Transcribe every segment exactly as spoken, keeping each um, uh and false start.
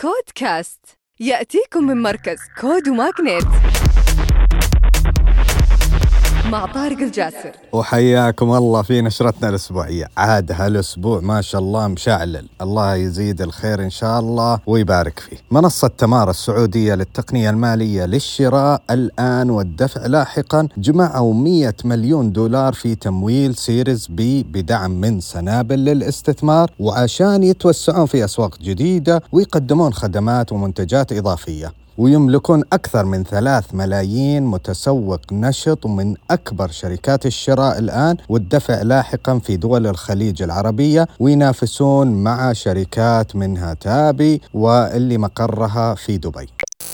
كودكاست يأتيكم من مركز كود وماغنيت مع طارق الجاسر. وحياكم الله في نشرتنا الأسبوعية. عاد هالأسبوع ما شاء الله مشعلل، الله يزيد الخير إن شاء الله ويبارك فيه. منصة تمارا السعودية للتقنية المالية للشراء الآن والدفع لاحقا جمعوا مئة مليون دولار في تمويل سيريز بي بدعم من سنابل للاستثمار، وعشان يتوسعون في أسواق جديدة ويقدمون خدمات ومنتجات إضافية. ويملكون أكثر من ثلاث ملايين متسوق نشط من أكبر شركات الشراء الآن والدفع لاحقا في دول الخليج العربية، وينافسون مع شركات منها تابي واللي مقرها في دبي.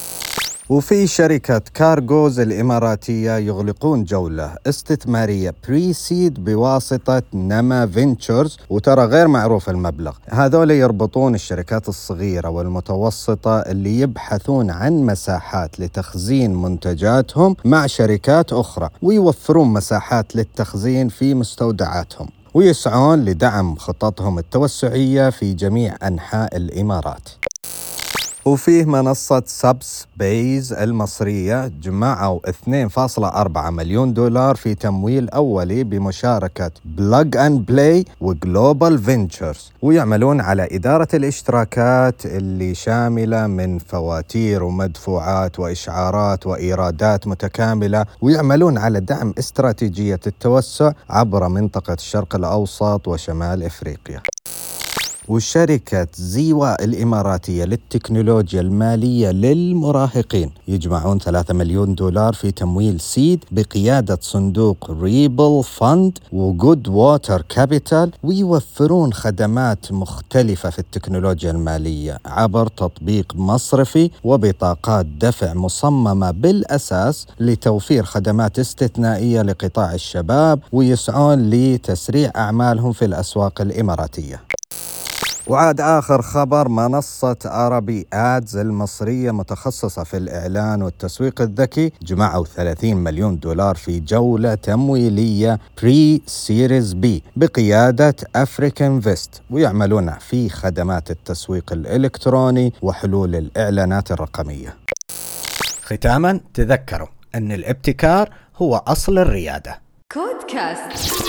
وفي شركة كارغوز الإماراتية يغلقون جولة استثمارية بري سيد بواسطة نما فينتشرز، وترى غير معروف المبلغ. هذول يربطون الشركات الصغيرة والمتوسطة اللي يبحثون عن مساحات لتخزين منتجاتهم مع شركات أخرى، ويوفرون مساحات للتخزين في مستودعاتهم، ويسعون لدعم خططهم التوسعية في جميع أنحاء الإمارات. وفيه منصة سبس بيز المصرية جمعوا اثنين فاصلة أربعة مليون دولار في تمويل أولي بمشاركة بلاج أند بلاي وجلوبال فينتشرز، ويعملون على إدارة الاشتراكات اللي شاملة من فواتير ومدفوعات وإشعارات وإيرادات متكاملة، ويعملون على دعم استراتيجية التوسع عبر منطقة الشرق الأوسط وشمال إفريقيا. وشركة زيوا الإماراتية للتكنولوجيا المالية للمراهقين يجمعون ثلاثة مليون دولار في تمويل سيد بقيادة صندوق ريبل فند وجود ووتر كابيتال، ويوفرون خدمات مختلفة في التكنولوجيا المالية عبر تطبيق مصرفي وبطاقات دفع مصممة بالأساس لتوفير خدمات استثنائية لقطاع الشباب، ويسعون لتسريع أعمالهم في الأسواق الإماراتية. وعاد آخر خبر، منصة عربي آدز المصرية متخصصة في الإعلان والتسويق الذكي جمعوا ثلاثين مليون دولار في جولة تمويلية بري سيريز بي بقيادة أفريكان فيست، ويعملون في خدمات التسويق الإلكتروني وحلول الإعلانات الرقمية. ختاما تذكروا أن الابتكار هو أصل الريادة. كودكاست.